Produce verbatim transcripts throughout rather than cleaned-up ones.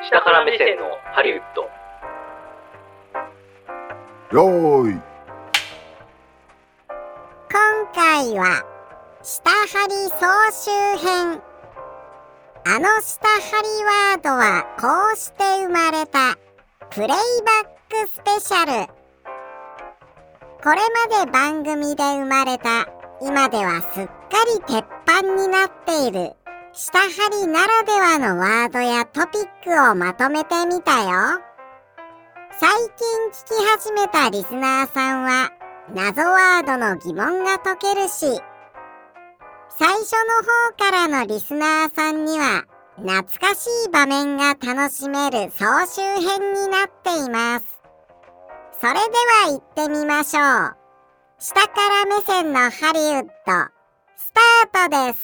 下から目線のハリウッド。 よーい。 今回は下張り総集編。あの下張りワードはこうして生まれたプレイバックスペシャル。これまで番組で生まれた、今ではすっかり鉄板になっている下張りならではのワードやトピックをまとめてみたよ。最近聞き始めたリスナーさんは謎ワードの疑問が解けるし、最初の方からのリスナーさんには懐かしい場面が楽しめる総集編になっています。それでは行ってみましょう。下から目線のハリウッド、スタートです。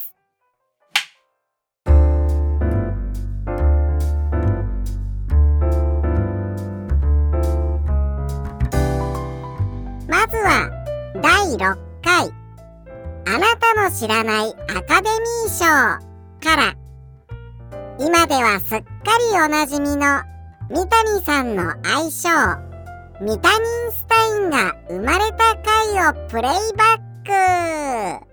まずはだいろっかい、あなたの知らないアカデミー賞から。今ではすっかりおなじみの三谷さんの愛称ミタニンスタインが生まれた回をプレイバック。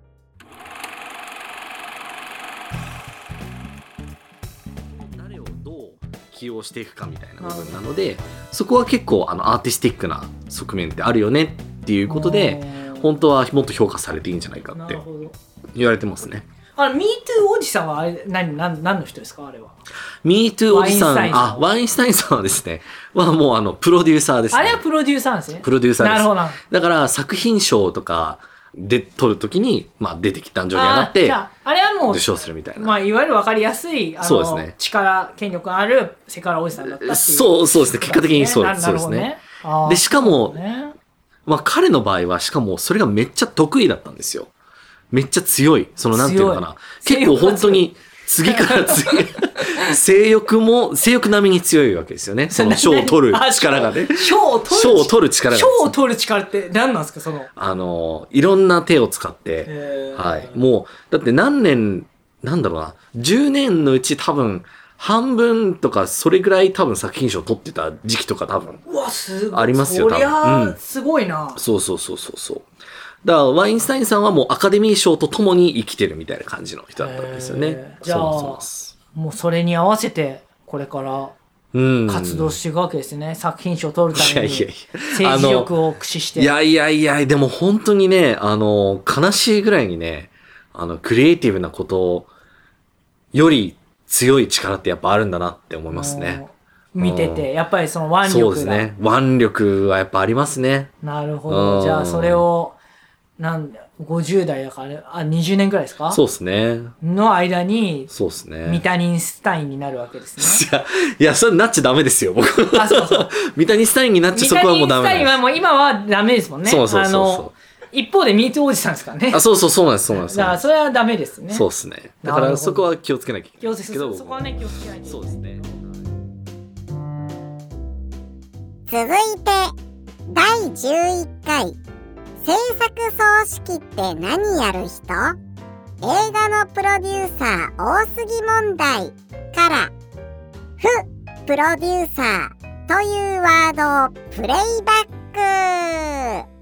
誰をどう起用していくかみたいな部分なので、そこは結構あのアーティスティックな側面ってあるよねっていうことで、本当はもっと評価されていいんじゃないかって言われてますね。 あれ MeToo おじさんはあれ 何, 何, 何の人ですか？あれは MeToo おじさん、あ、ワインスタインさんはですね、はもうあのプロデューサーですね。 あれはプロデューサーなんですね。 プロデューサーです。 なるほど。 だから作品賞とかで取るときに、まあ、出てきた壇上に上がってあ, あれはもう受賞するみたいな、 まあ、いわゆる分かりやすいあのそうですね、 力権力のあるセクハラおじさんだったっていう、 そうそうですね、結果的にそうです、そうですね。でしかも、 ね、 まあ、彼の場合はしかもそれがめっちゃ得意だったんですよ。めっちゃ強い。そのなんていうのかな。結構本当に次から次性欲も性欲並みに強いわけですよね。その賞を取る力がね。 賞を取る賞を取る力が。 賞を取る力って何なんですかその。 あのいろんな手を使って、はい。もうだって何年なんだろうな。じゅうねんのうち多分半分とかそれぐらい多分作品賞を取ってた時期とか多分うわすごいありますよ。 そりゃすごいな、 うん。そうそうそうそうそう。だからワインスタインさんはもうアカデミー賞とともに生きてるみたいな感じの人だったんですよね。 じゃあもうそれに合わせてこれから活動していくわけですね。作品賞を取るために政治力を駆使して。 いやいやいや、でも本当にね、あの悲しいぐらいにね、あのクリエイティブなことより強い力ってやっぱあるんだなって思いますね。 見ててやっぱりその腕力が。 そうですね。腕力はやっぱありますね。 なるほど。じゃあそれをなんだごじゅう代だからあにじゅうねんくらいですか？ そうですね。 の間にそうですね。 ミタニンスタインになるわけですね。いや、それなっちゃダメですよ、僕。 あ、そうそう。 ミタニンスタインになっちゃそこはもうダメです。ミタニンスタインはもう今はダメですもんね。 そうそうそうそう。 あの一方でミートおじさんですからね。 あ、そうそうそうなんです、そうなんです。 だからそれはダメですね。 そうですね。だからそこは気をつけなきゃいけないですけど。 そこはね気をつけないと。 そうですね。 続いてだいじゅういっかい、制作総指揮って何やる人？映画のプロデューサー多すぎ問題から、フプロデューサーというワードをプレイバック。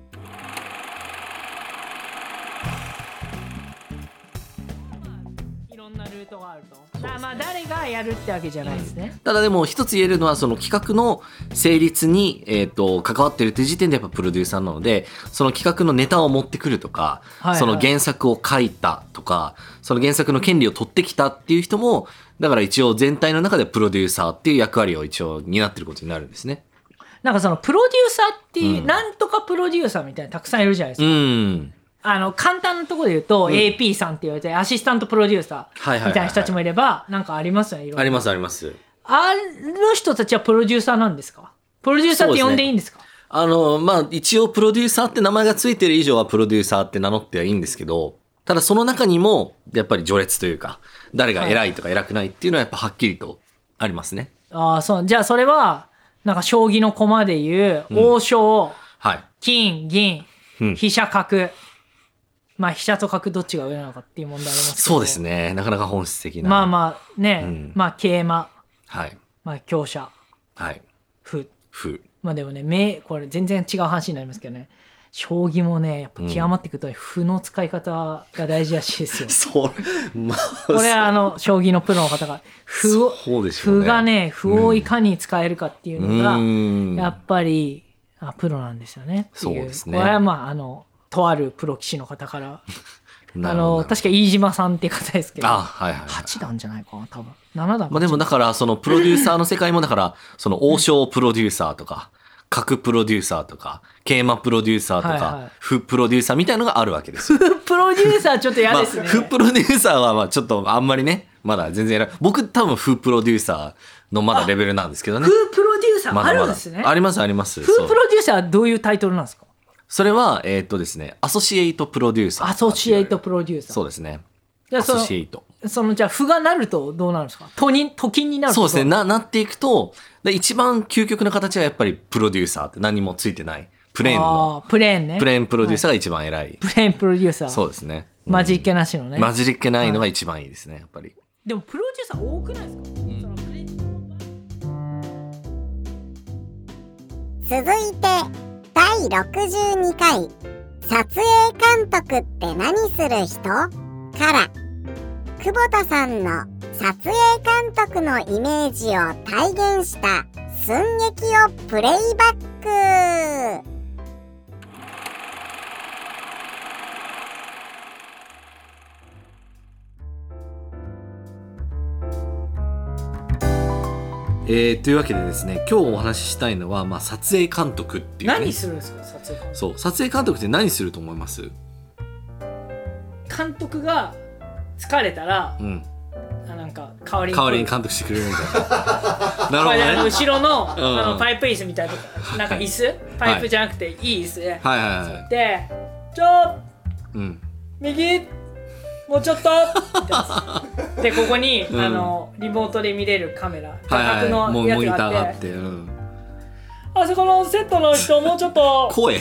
いろんなルートがあると。まあ誰がやるってわけじゃないですね。 ただでも一つ言えるのはその企画の成立に、えー、と関わってるという時点でやっぱプロデューサーなので、その企画のネタを持ってくるとか、はいはい、その原作を書いたとか、その原作の権利を取ってきたっていう人もだから一応全体の中でプロデューサーっていう役割を一応担ってることになるんですね。 なんかそのプロデューサーっていう、うん、なんとかプロデューサーみたいなたくさんいるじゃないですか。 うんあの簡単なところで言うと、うん、エーピー さんって言われてアシスタントプロデューサーみたいな人たちもいれば、なんかありますよね。いろいろありますあります。 あの人たちはプロデューサーなんですか？プロデューサーって呼んでいいんですか？ あのまあ一応プロデューサーって名前がついてる以上はプロデューサーって名乗ってはいいんですけど、ただその中にもやっぱり序列というか誰が偉いとか偉くないっていうのはやっぱはっきりとありますね。 ああそう。じゃあそれはなんか将棋の駒でいう王将、うんはい、 金銀、うん、飛車角、まあ飛車と角どっちが上なのかっていう問題ありますけど。 そうですね。なかなか本質的な。 まあまあね、うん、まあ桂馬、 はい、 まあ強者はい歩歩まあでもね目これ全然違う話になりますけどね、将棋もねやっぱ極まっていくと歩の使い方が大事らしいですよ、 それまあこれはあの将棋のプロの方が歩をそうでしょうね歩がね歩をいかに使えるかっていうのが、 うんやっぱりあプロなんですよねっていう。 そうですねこれはまああのとあるプロ棋士の方からあなるほどの確か飯島さんっていう方ですけど、 あはいはい、はい、 はち段じゃないかな多分なな段かまあでもだからそのプロデューサーの世界もだからその王将プロデューサーとか角プロデューサーとか桂馬プロデューサーとはいはいか歩プロデューサーみたいのがあるわけですよ。 プロデューサーちょっと嫌ですね、 まあ、歩プロデューサーはまあちょっとあんまりねまだ全然偉い僕多分歩プロデューサーのまだレベルなんですけどね。 風プロデューサーあまだまだるんですね。 ありますあります。 風そうプロデューサーはどういうタイトルなんですか。 それはえーっとですねアソシエイトプロデューサー。 アソシエイトプロデューサー。 そうですね。アじゃあそのソシエイト。 そのじゃあ歩がなるとどうなるんですか。とにと金になると。 そうですねななっていくとで一番究極の形はやっぱりプロデューサーって何もついてないプレーンのあープレーンね。 プレーンプロデューサーが一番偉い。 プレーンプロデューサー。 そうですね。 混じっけなしのね。 混じりっけないのが一番いいですねやっぱり。 でもプロデューサー多くないですか。そのプレーン続いてだいろくじゅうにかい撮影監督って何する人から久保田さんの撮影監督のイメージを体現した寸劇をプレイバック。 えー、というわけでですね今日お話ししたいのは、まあ、撮影監督っていう、ね、 何するんですか撮影監督。 そう撮影監督って何すると思います？ 監督が疲れたら、 うん、 あなんか代わりに代わりに監督してくれるみたいななるほどあね。 の後ろの,、 うんあのパイプ椅子みたいなとこなんか椅子、パイプじゃなくていい椅子で、 はいはいはい。 でちょうん右もうちょっとみたいなでここに、 うんあのリモートで見れるカメラ画はいはい、 角のもうモニやつがあって,、 ターがあって、うん、 あそこのセットの人もうちょっと声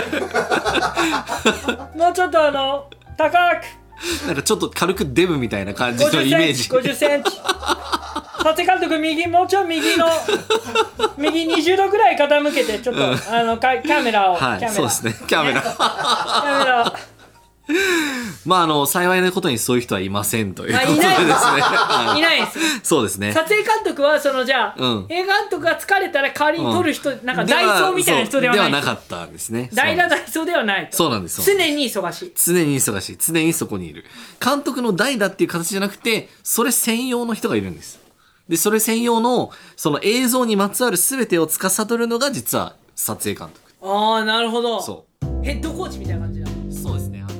もうちょっとあの高くなんかちょっと軽くデブみたいな感じの 50 イメージセンチごじゅっセンチ撮影監督右もうちょい右の右にじゅうどぐらい傾けてちょっと、 うんあのカカメラを、 はいキャメラそうですねキャメラキャメラまああの幸いなことにそういう人はいませんというあことでですねいないはいいないですそうですね撮影監督はそのじゃあ、 うん映画監督が疲れたら代わりに撮る人、なんかダイソーみたいな人ではないそうではなかったんですね。 代打ダイソーではないとそうなんですそうなんです常に忙しい。 常に忙しい常にそこにいる監督の代打っていう形じゃなくてそれ専用の人がいるんです。でそれ専用のその映像にまつわる全てを司るのが実は撮影監督。 ああなるほど。 そうヘッドコーチみたいな感じだ。 そうですねあの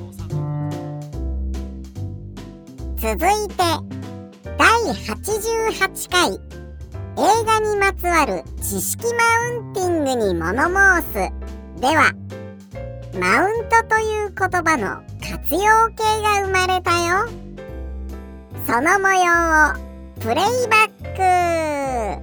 続いてだいはちじゅうはちかい映画にまつわる知識マウンティングに物申すではマウントという言葉の活用形が生まれたよ。その模様をプレイバック。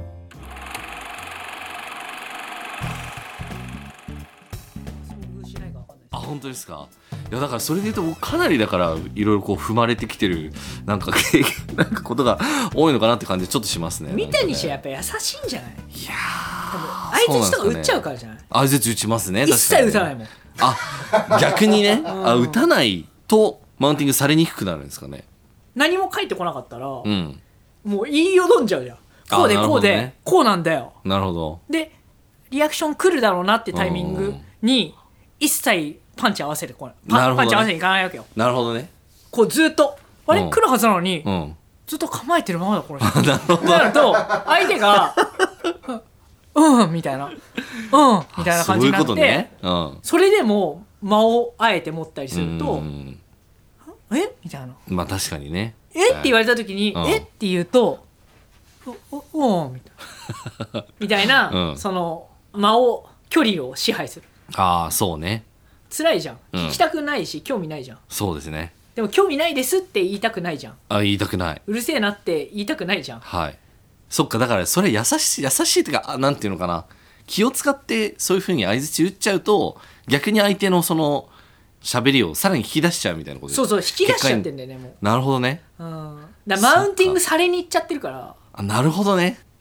あ本当ですか。いやだからそれで言うと僕かなりだからいろいろこう踏まれてきてるなんか経験なんかことが多いのかなって感じちょっとしますね。 見てにしてややっぱ優しいんじゃない。 いや相づちとか打っちゃうからじゃない。 相づち打ちますね。 一切打たないい。 もん。 あ逆にねあ打たないとマウンティングされにくくなるんですかね。 何も書いてこなかったら、 うんもう言いよどんじゃうじゃん。こうであなるこうで、 ほどねこうなんだよ。 なるほど。 でリアクション来るだろうなってタイミングに一切パンチ合わせてこない。パなるほどねパンチ合わせにいかないわけよ。 なるほどね。 こうずっとあれ、 うん来るはずなのに、 うんずっと構えてるままだこの人。 なるほど。 なると相手がうんみたいなうんみたいな感じになってそういうことね。うんそれでも間をあえて持ったりするうとんえみたいなまあ確かにね。 えって言われた時に、 うんえって言うとおおおみたいなみたいな、 うんその間を距離を支配する。 ああそうね。 辛いじゃん、 うん聞きたくないし興味ないじゃん。 そうですね。 でも興味ないですって言いたくないじゃん。 あ言いたくない。 うるせえなって言いたくないじゃん。 はい。そっかだからそれ優しい優しいっていうかあなんていうのかな気を使ってそういう風に相づち打っちゃうと逆に相手のその喋りをさらに引き出しちゃうみたいなことです。 そうそう引き出しちゃってんだよねもなるほどね。 う、うん、だからマウンティングされに行っちゃってるからあなるほどね。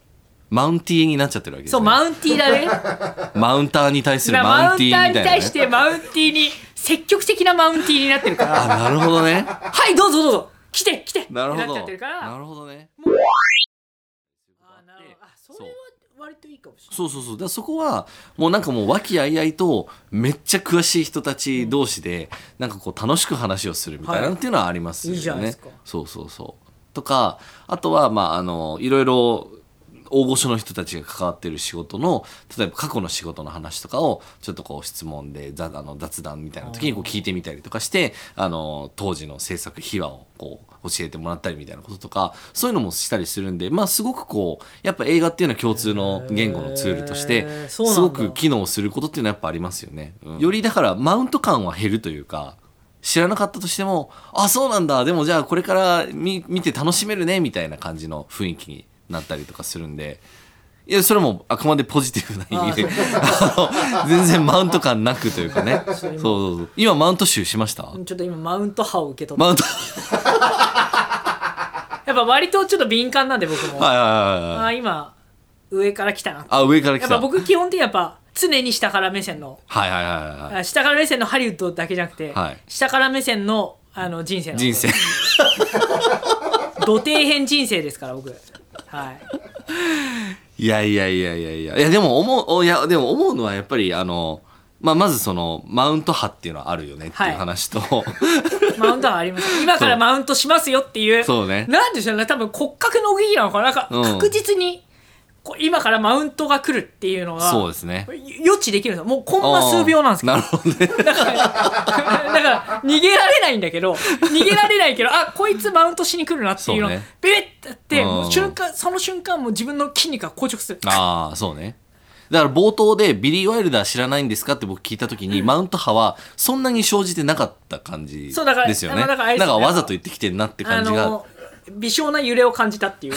マウンティーになっちゃってるわけですね。 そうマウンティーだね。 マウンターに対するマウンティーみたいな、ね、 マウンターに対してマウンティーに積極的なマウンティーになってるからあなるほどねはいどうぞどうぞ来て来てなるほどってなっちゃってるからなるほどねあなるほどあそれは割といいかもしれない。 そうそうそうだからそこはもうなんかもう和気あいあいとめっちゃ詳しい人たち同士でなんかこう楽しく話をするみたいなっていうのはありますよね、 はい、いいじゃないですか。 そうそうそうとかあとはまああのいろいろ大御所の人たちが関わってる仕事の例えば過去の仕事の話とかをちょっとこう質問でざあの雑談みたいな時にこう聞いてみたりとかしてあの当時の制作秘話をこう教えてもらったりみたいなこととかそういうのもしたりするんでまあすごくこうやっぱ映画っていうのは共通の言語のツールとしてすごく機能することっていうのはやっぱありますよね、うん、よりだからマウント感は減るというか知らなかったとしてもあそうなんだでもじゃあこれから見、見て楽しめるねみたいな感じの雰囲気になったりとかするんでいやそれもあくまでポジティブな意味であの全然マウント感なくというかねそうそうそう今マウント集しましたちょっと今マウント派を受け取ってマウントやっぱ割とちょっと敏感なんで僕もはいはいはい、はい、 あ今上から来たなあ上から来たやっぱ僕基本的にやっぱ常に下から目線の、 はいはいはいはい、 下から目線のハリウッドだけじゃなくて、はい、下から目線の、あの人生の人生土底辺人生ですから僕はいいやいやいやいやいやいやでも思ういやでも思うのはやっぱりあの、まあ、まずそのマウント派っていうのはあるよねっていう話と、はい、 マウント派あります今からマウントしますよっていうそうねなんでしょうね多分骨格の動きなのかななんか確実に、うん、今からマウントが来るっていうのがそうですね予知できるんですよもうコンマ数秒なんですけどなるほどねだからだから逃げられないんだけど逃げられないけどあこいつマウントしに来るなっていうのをビビッってもう瞬間その瞬間もう自分の筋肉が硬直するああそうねだから冒頭でビリー・ワイルダー知らないんですかって僕聞いた時に、うん、マウント派はそんなに生じてなかった感じですよね。 そうだからだからあれですねなんかわざと言ってきてるなって感じが、あの微小な揺れを感じたっていう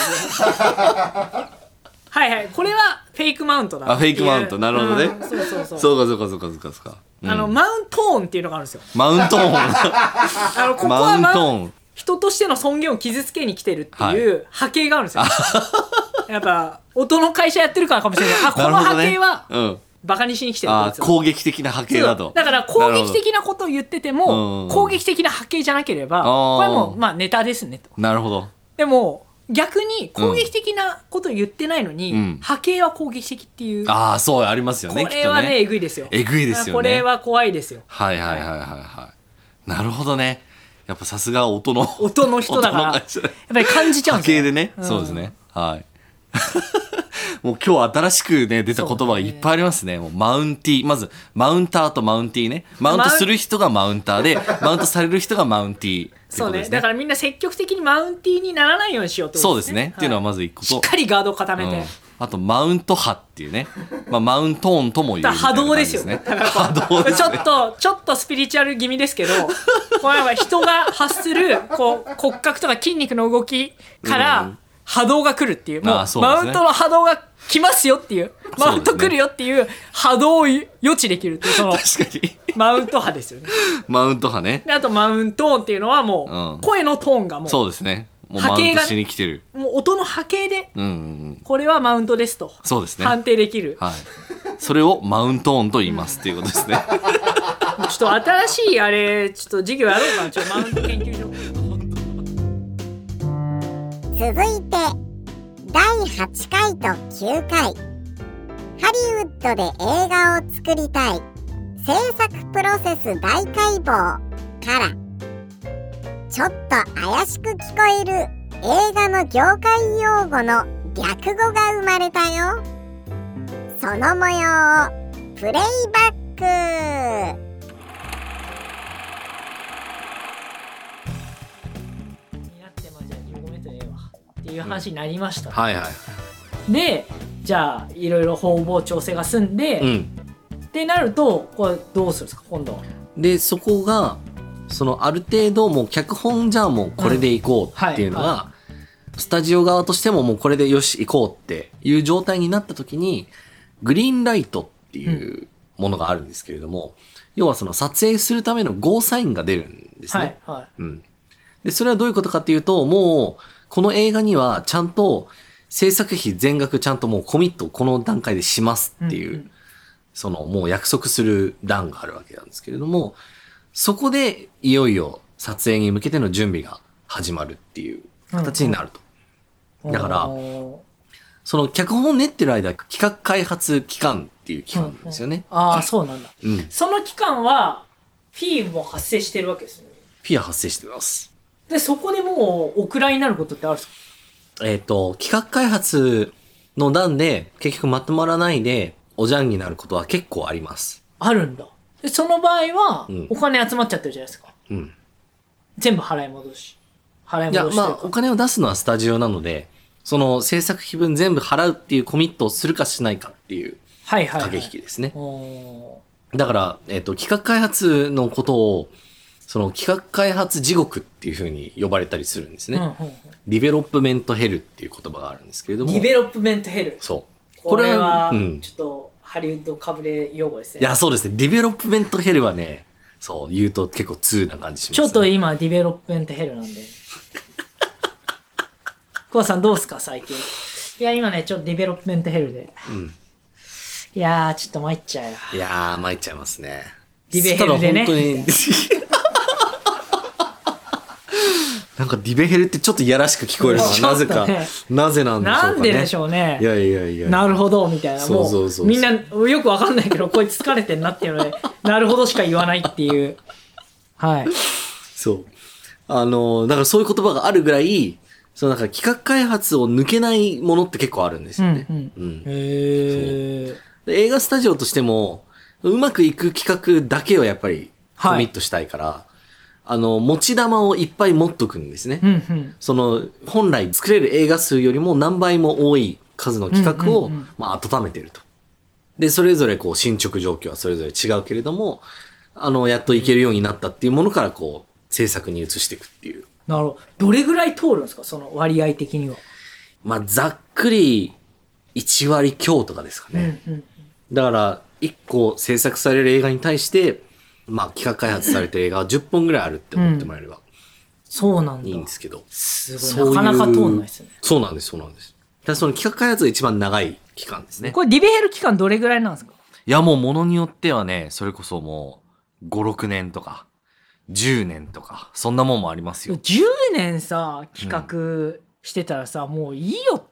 はいはいこれはフェイクマウントだなあフェイクマウントなるほどね、うん、 そうそうそうそうかそうかそうかそうかそうか、 うん、あのマウントーンっていうのがあるんですよマウントーンあのここは、ま、マウントーン人としての尊厳を傷つけに来てるっていう波形があるんですよ、はい、やっぱ音の会社やってるからかもしれないあこの波形は、ねうん、バカにしに来てるあ攻撃的な波形だとだから攻撃的なことを言ってても攻撃的な波形じゃなければこれもまあネタですねとなるほどでも逆に攻撃的なことを言ってないのに、うん、波形は攻撃的っていうああそうありますよねこれは ね, ねえぐいですよえぐいですよねこれは怖いですよはいはいはいはいはいなるほどねやっぱさすが音の音の人だからやっぱり感じちゃうんですよ波形でね、うん、そうですねはいもう今日新しくね出た言葉がいっぱいありますね。もうマウンティーまずマウンターとマウンティーねマウントする人がマウンターでマウントされる人がマウンティーそうねだからみんな積極的にマウンティーにならないようにしようってことですね。 そうですね、はい、っていうのはまず一個としっかりガードを固めて、うん、 あとマウント波っていうね、まあ、マウントーンとも言うみたいな感じですね。 波動ですよねちょっとちょっとスピリチュアル気味ですけどこれは人が発するこう骨格とか筋肉の動きから波動が来るっていう、もうマウントの波動が来ますよっていうマウント来るよっていう波動を予知できるっていうその確かにマウント波ですよねマウント波ね。 であとマウントーンっていうのはもう声のトーンがもうそうですねもうマウントしに来てるもう音の波形でこれはマウントですとそうですね判定できる、 はい、それをマウントーンと言いますっていうことですねちょっと新しいあれちょっと授業やろうかなちょっとマウント研究所続いてだいはちかいときゅうかいハリウッドで映画を作りたい制作プロセス大解剖からちょっと怪しく聞こえる映画の業界用語の略語が生まれたよ。その模様をプレイバック。 っていう話になりました、 うん、はいはいでじゃあいろいろ方々調整が済んで、うん、ってなるとこれどうするんですか今度は。でそこがそのある程度もう脚本じゃあもうこれでいこうっていうのが、うんはいはい、スタジオ側としてももうこれでよし行こうっていう状態になった時にグリーンライトっていうものがあるんですけれども、うん、要はその撮影するためのゴーサインが出るんですね、はいはいうん、でそれはどういうことかっていうともうこの映画にはちゃんと制作費全額ちゃんともうコミットこの段階でしますっていう、うんうん、そのもう約束する欄があるわけなんですけれども、そこでいよいよ撮影に向けての準備が始まるっていう形になると。うんうん、だから、その脚本を練ってる間、企画開発期間っていう期間なんですよね。 うんうん、ああ、そうなんだ、うん。その期間は、フィーも発生してるわけですね。 フィーは発生してます。 で、そこでもう、お蔵になることってあるんですか？ えっと、企画開発の段で、結局まとまらないで、おじゃんになることは結構あります。 あるんだ。で、その場合は、うん、お金集まっちゃってるじゃないですか。うん。全部払い戻し。払い戻し。いや、まあ、 お金を出すのはスタジオなので、その制作費分全部払うっていうコミットをするかしないかっていう駆け引きですね。はいはいはい、だから、えっと、企画開発のことを、その企画開発地獄っていう風に呼ばれたりするんですね。うんうんうん、リベロップメントヘルっていう言葉があるんですけれども。 リベロップメントヘル。 そう。 これは、ちょっとハリウッドかぶれ用語ですね。 いや、そうですね。リベロップメントヘルはね、そう、言うと結構通な感じします、ね。 ちょっと今、ディベロップメントヘルなんで。コアさんどうすか最近。いや、今ね、ちょっとディベロップメントヘルで。うん。いやー、ちょっと参っちゃうよ。 いやー、参っちゃいますね。 ディベヘルでね。 本当に。なんかディベヘルってちょっといやらしく聞こえるのはなぜか、ね、なぜなんでしょうかね。 なんででしょうね。 いやいやいや。 なるほどみたいな。もうそうそうそうそうみんなよくわかんないけど、こいつ疲れてんなっていうので、なるほどしか言わないっていう。はい。 そう。あの、だからそういう言葉があるぐらい、そのなんか企画開発を抜けないものって結構あるんですよね。うんうんうん、へー。映画スタジオとしても、うまくいく企画だけをやっぱりコミットしたいから、はい、あの、持ち玉をいっぱい持っとくんですね。うんうん、その、本来作れる映画数よりも何倍も多い数の企画を、うんうんうん、まあ、温めてると。で、それぞれこう、進捗状況はそれぞれ違うけれども、あの、やっといけるようになったっていうものからこう、制作に移していくっていう。 なるほど。どれぐらい通るんですかその割合的には。 まあ、ざっくりいちわり強とかですかね。うんうん、だから、いっこ制作される映画に対して、まあ、企画開発されてる映画はじゅっぽんぐらいあるって思ってもらえれば、うん、 そうなんだ。 いいんですけど。 すごい。なかなか通んないですね。 そうなんです、そうなんです。だその企画開発が一番長い期間ですね。 これディベヘル期間どれぐらいなんですか？ いや、もうものによってはね、それこそもうご、ろくねんとか、じゅうねんとか、そんなもんもありますよ。 じゅうねんさ、企画してたらさ、うん、もういいよって、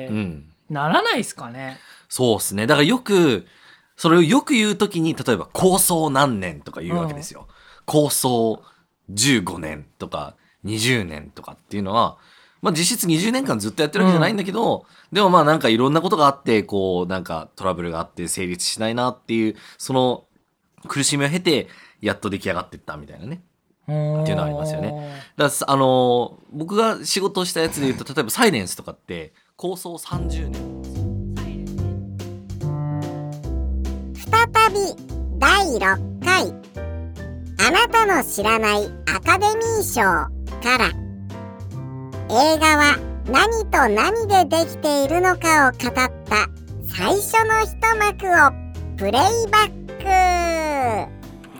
ならないですかね、 うん。そうですね。だからよく、それをよく言うときに、例えば構想何年とか言うわけですよ。うん、構想じゅうごねんとかにじゅうねんとかっていうのは、まあ実質にじゅうねんかんずっとやってるわけじゃないんだけど、うん、でもまあなんかいろんなことがあって、こうなんかトラブルがあって成立しないなっていう、その苦しみを経て、やっと出来上がっていったみたいなね。っていうのはありますよね。だからあのー、僕が仕事をしたやつで言うと、例えばサイレンスとかって構想さんじゅうねん。 再びだいろっかいあなたの知らないアカデミー賞から映画は何と何でできているのかを語った最初の一幕をプレイバック。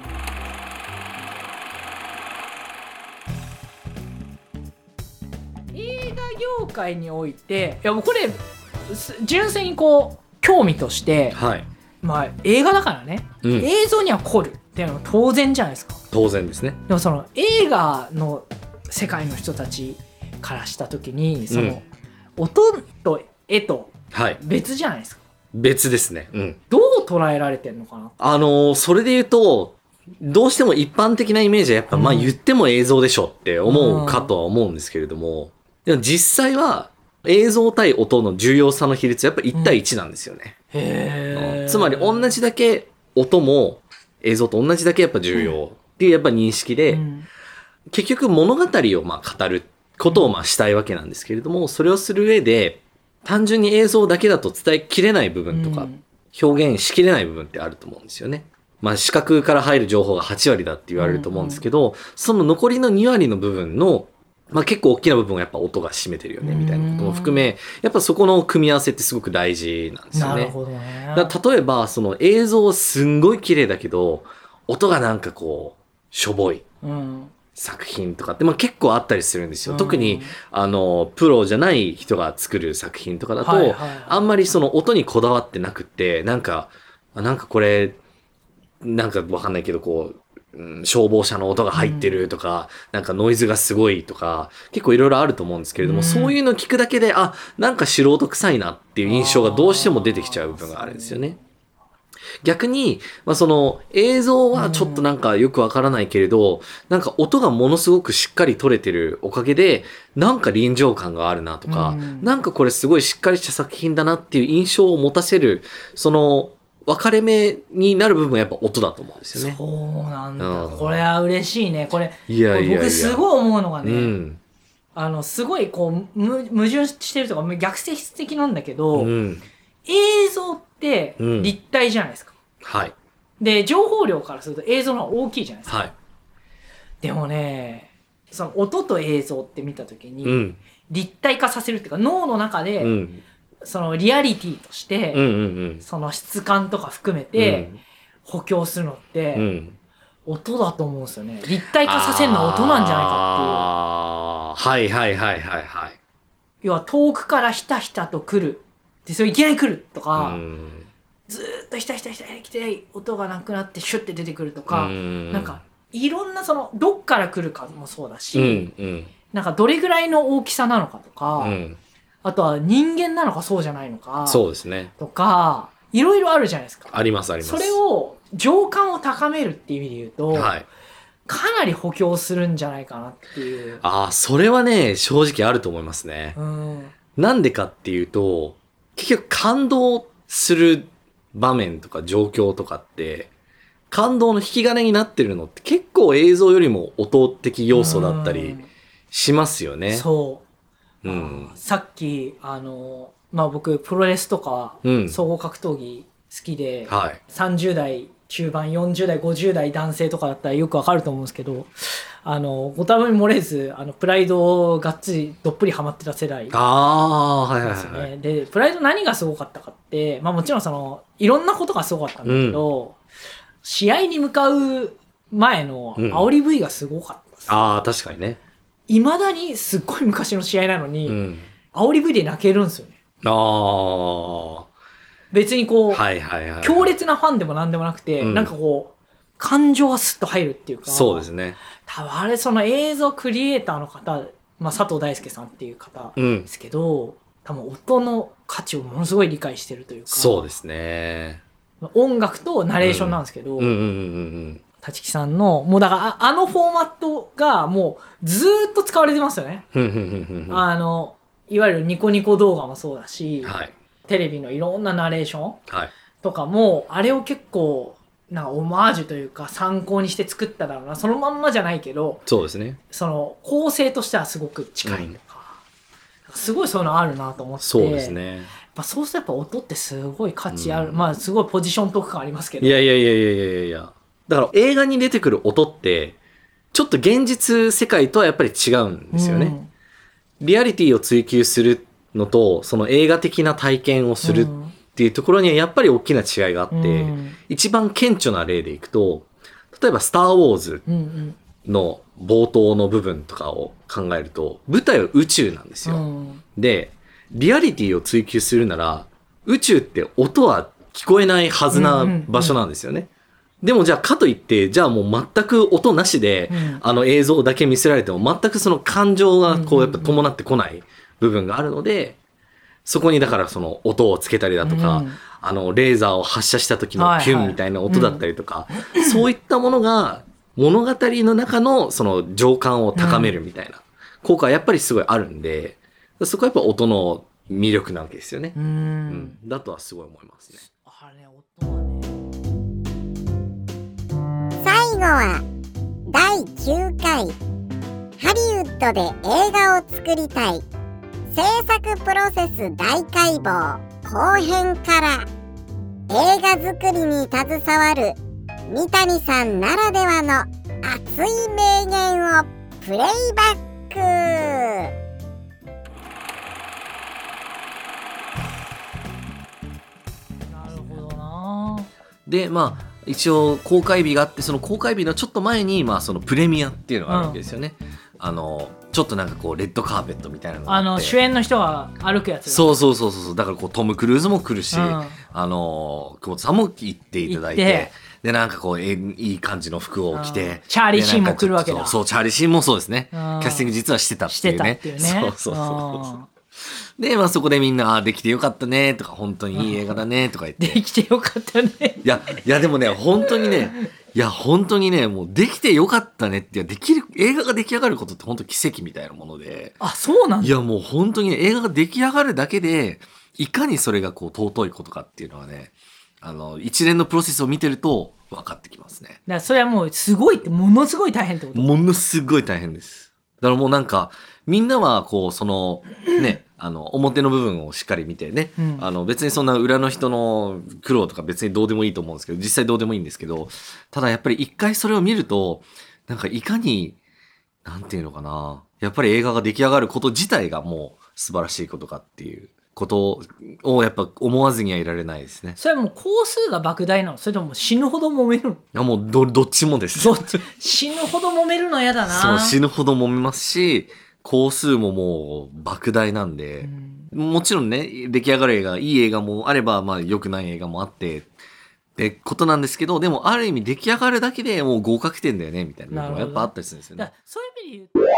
映画業界において、いやもうこれ純粋にこう興味として、はい、まあ映画だからね、うん、映像には凝るっていうのは当然じゃないですか。 当然ですね。 でもその映画の世界の人たちからした時にその、うん、音と絵と別じゃないですか、はい、 別ですね、うん、 どう捉えられてるのかな。 あのー、それで言うとどうしても一般的なイメージはやっぱ、うん、まあ言っても映像でしょって思うかとは思うんですけれども、でも実際は映像対音の重要さの比率はやっぱいち対いちなんですよね、うん、へー。つまり同じだけ音も映像と同じだけやっぱ重要っていうやっぱ認識で、うん、結局物語をまあ語ることをまあしたいわけなんですけれども、それをする上で単純に映像だけだと伝えきれない部分とか、うん、表現しきれない部分ってあると思うんですよね。まあ視覚から入る情報がはちわりだって言われると思うんですけど、うんうん、その残りのにわりの部分のまあ結構大きな部分はやっぱ音が占めてるよねみたいなことも含め、やっぱそこの組み合わせってすごく大事なんですよね。 なるほどね。 だから例えばその映像すんごい綺麗だけど音がなんかこうしょぼい、うん、 作品とかって、まあ、結構あったりするんですよ、うん、特にあのプロじゃない人が作る作品とかだと、はいはいはい、あんまりその音にこだわってなくってなんかなんかこれなんかわかんないけどこう、うん、消防車の音が入ってるとか、うん、なんかノイズがすごいとか結構いろいろあると思うんですけれども、うん、そういうの聞くだけであなんか素人臭いなっていう印象がどうしても出てきちゃう部分があるんですよね。逆に、まあ、その映像はちょっとなんかよくわからないけれど、うん、なんか音がものすごくしっかり撮れてるおかげでなんか臨場感があるなとか、うん、なんかこれすごいしっかりした作品だなっていう印象を持たせるその分かれ目になる部分はやっぱ音だと思うんですよね。 そうなんだ、うん、これは嬉しいね。これいやいやいや僕すごい思うのがね、 うん、 あのすごいこう矛盾してるとか逆説的なんだけど、うん、映像って立体じゃないですか、 うん、はい。 で情報量からすると映像の方が大きいじゃないですか、 はい、 でもねその音と映像って見た時に、うん、立体化させるっていうか脳の中で、うん、そのリアリティとして、うんうんうん、その質感とか含めて補強するのって、うん、音だと思うんですよね。立体化させるのは音なんじゃないかっていう。 はいはいはいはいはい。 要は遠くからひたひたと来るでそれいきなり来るとか、うん、ずーっとひたひたひた来て音がなくなってシュッて出てくるとか、うん、なんかいろんなそのどっから来るかもそうだし、うんうん、なんかどれぐらいの大きさなのかとか、うん、あとは人間なのかそうじゃないのかそうですねとかいろいろあるじゃないですか。 ありますあります。 それを情感を高めるっていう意味で言うと、はい、かなり補強するんじゃないかなっていう。 ああそれはね正直あると思いますね。うん、なんでかっていうと結局感動する場面とか状況とかって感動の引き金になってるのって結構映像よりも音的要素だったりしますよね。 そう、うん、さっきあのまあ僕プロレスとか総合格闘技好きで、うんはい、さんじゅう代中盤よんじゅう代ごじゅう代男性とかだったらよくわかると思うんですけどあのご多分に漏れずあのプライドをがっつりどっぷりハマってた世代ですよね。 あーはいはいはい。 でプライド何がすごかったかって、まあ、もちろんそのいろんなことがすごかったんだけど、うん、試合に向かう前の煽り V がすごかったです、 うん、ああ確かにね。 いまだにすっごい昔の試合なのに、うん、煽り V で泣けるんですよね。 ああ別にこう、 はいはいはい、 強烈なファンでもなんでもなくて、うん、なんかこう感情がスッと入るっていうか。 そうですね。 多分あれその映像クリエイターの方、まあ、佐藤大輔さんっていう方ですけど、うん、多分音の価値をものすごい理解してるというか。 そうですね。 音楽とナレーションなんですけど、立木さんのもうだからあのフォーマットがもうずーっと使われてますよね。あのいわゆるニコニコ動画もそうだし、はい、テレビのいろんなナレーションとかも、はい、あれを結構なんかオマージュというか参考にして作っただろうな。そのまんまじゃないけど、 そうですね。 その構成としてはすごく近いとか、うん、すごいそういうのあるなと思って。 そうですね。 まあ、そうするとやっぱ音ってすごい価値ある、うん、まあすごいポジショントーク感ありますけど。 いやいやいやいやいやいや。だから映画に出てくる音ってちょっと現実世界とはやっぱり違うんですよね。うんリアリティを追求するのとその映画的な体験をするっていうところにはやっぱり大きな違いがあって、うん、一番顕著な例でいくと例えばスター・ウォーズの冒頭の部分とかを考えると舞台は宇宙なんですよ、うん、でリアリティを追求するなら宇宙って音は聞こえないはずな場所なんですよね、うんうんうんでもじゃあかといってじゃあもう全く音なしで、うん、あの映像だけ見せられても全くその感情がこうやっぱ伴ってこない部分があるのでそこにだからその音をつけたりだとか、うん、あのレーザーを発射した時のピュンみたいな音だったりとか、はいはいうん、そういったものが物語の中のその情感を高めるみたいな効果はやっぱりすごいあるんでそこはやっぱ音の魅力なわけですよね、うんうん、だとはすごい思いますね。 あれ音はね最後はだいきゅうかいハリウッドで映画を作りたい制作プロセス大解剖後編から映画作りに携わる三谷さんならではの熱い名言をプレイバック。 なるほどな。 でまあ一応公開日があって、その公開日のちょっと前にまあそのプレミアっていうのがあるわけですよね、うん、あのちょっとなんかこうレッドカーペットみたいなのがあって、 あの主演の人が歩くやつ。 そうそうそうそう、だからこうトム・クルーズも来るし、うん、あの久保田さんも行っていただいて、でなんかこうえいい感じの服を着て、うん、 チャーリー・シーンも来るわけだ。 そう、チャーリー・シーンもそうですね、うん、キャスティング実はしてたっていうね。 してたっていうね。そうそうそうで、まあ、そこでみんなあできてよかったねとか、本当にいい映画だねとか言って、 できてよかったね。 いやいやでもね本当にねいや本当にねもうできてよかったねって、できる映画が出来上がることって本当奇跡みたいなもので。 あ、そうなんだ。 いやもう本当に、ね、映画が出来上がるだけでいかにそれがこう尊いことかっていうのはね、あの一連のプロセスを見てると分かってきますね。だからそれはもうすごいって、ものすごい大変ってこと。 ものすごい大変です。だからもうなんかみんなはこうそのねあの表の部分をしっかり見てね、うん、あの別にそんな裏の人の苦労とか別にどうでもいいと思うんですけど、実際どうでもいいんですけど、ただやっぱり一回それを見るとなんかいかになんていうのかな、やっぱり映画が出来上がること自体がもう素晴らしいことかっていうことをやっぱ思わずにはいられないですね。 それはもう工数が莫大なの？それとも死ぬほど揉めるの？いやもう ど, どっちもです。 死ぬほど揉めるの嫌だな。 そう死ぬほど揉めますし、工数ももう莫大なんで、うん、もちろんね出来上がる映画いい映画もあればまあ良くない映画もあってってことなんですけど、でもある意味出来上がるだけでもう合格点だよねみたいなのがやっぱあったりするんですよね。 だそういう意味で言うと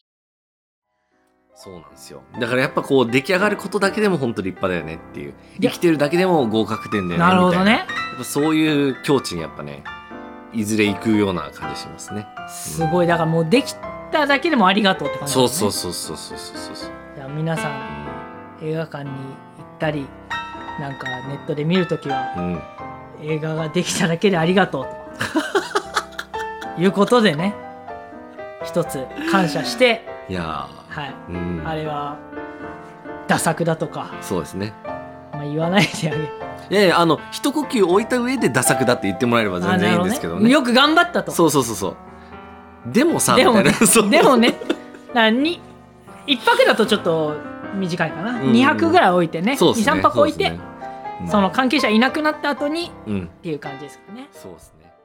そうなんですよ。だからやっぱこう出来上がることだけでも本当立派だよねっていう、生きてるだけでも合格点だよねみたいな。 なるほどね。 やっぱそういう境地にやっぱねいずれ行くような感じしますね。 すごい、だからもうできただけでもありがとうって感じですね。 そうそうそうそうそうそうそう。 じゃあ皆さん映画館に行ったりなんかネットで見るときは、うん、映画ができただけでありがとうということでね、一つ感謝して、 いやはい、うん、あれはダ作だとかそうですね、 まあ、言わないであげる。 いやいや、あの一呼吸置いた上でダ作だって言ってもらえれば全然いいんですけどね。 よく頑張ったと。 そうそうそうそう。でもさでもね、 みたいなでもね、に一泊だとちょっと短いかな。二、うん、泊ぐらい置いてね、二三、ね、泊置いて、そ, ねうん、その関係者いなくなった後に、うん、っていう感じですかね。 そうですね。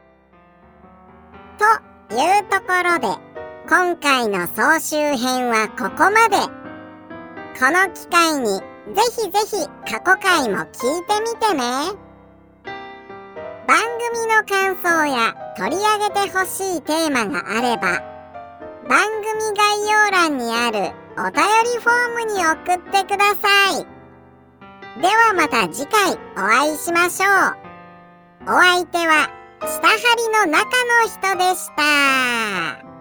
というところで今回の総集編はここまで。この機会にぜひぜひ過去回も聞いてみてね。番組の感想や取り上げてほしいテーマがあれば番組概要欄にあるお便りフォームに送ってください。ではまた次回お会いしましょう。お相手は下張りの中の人でした。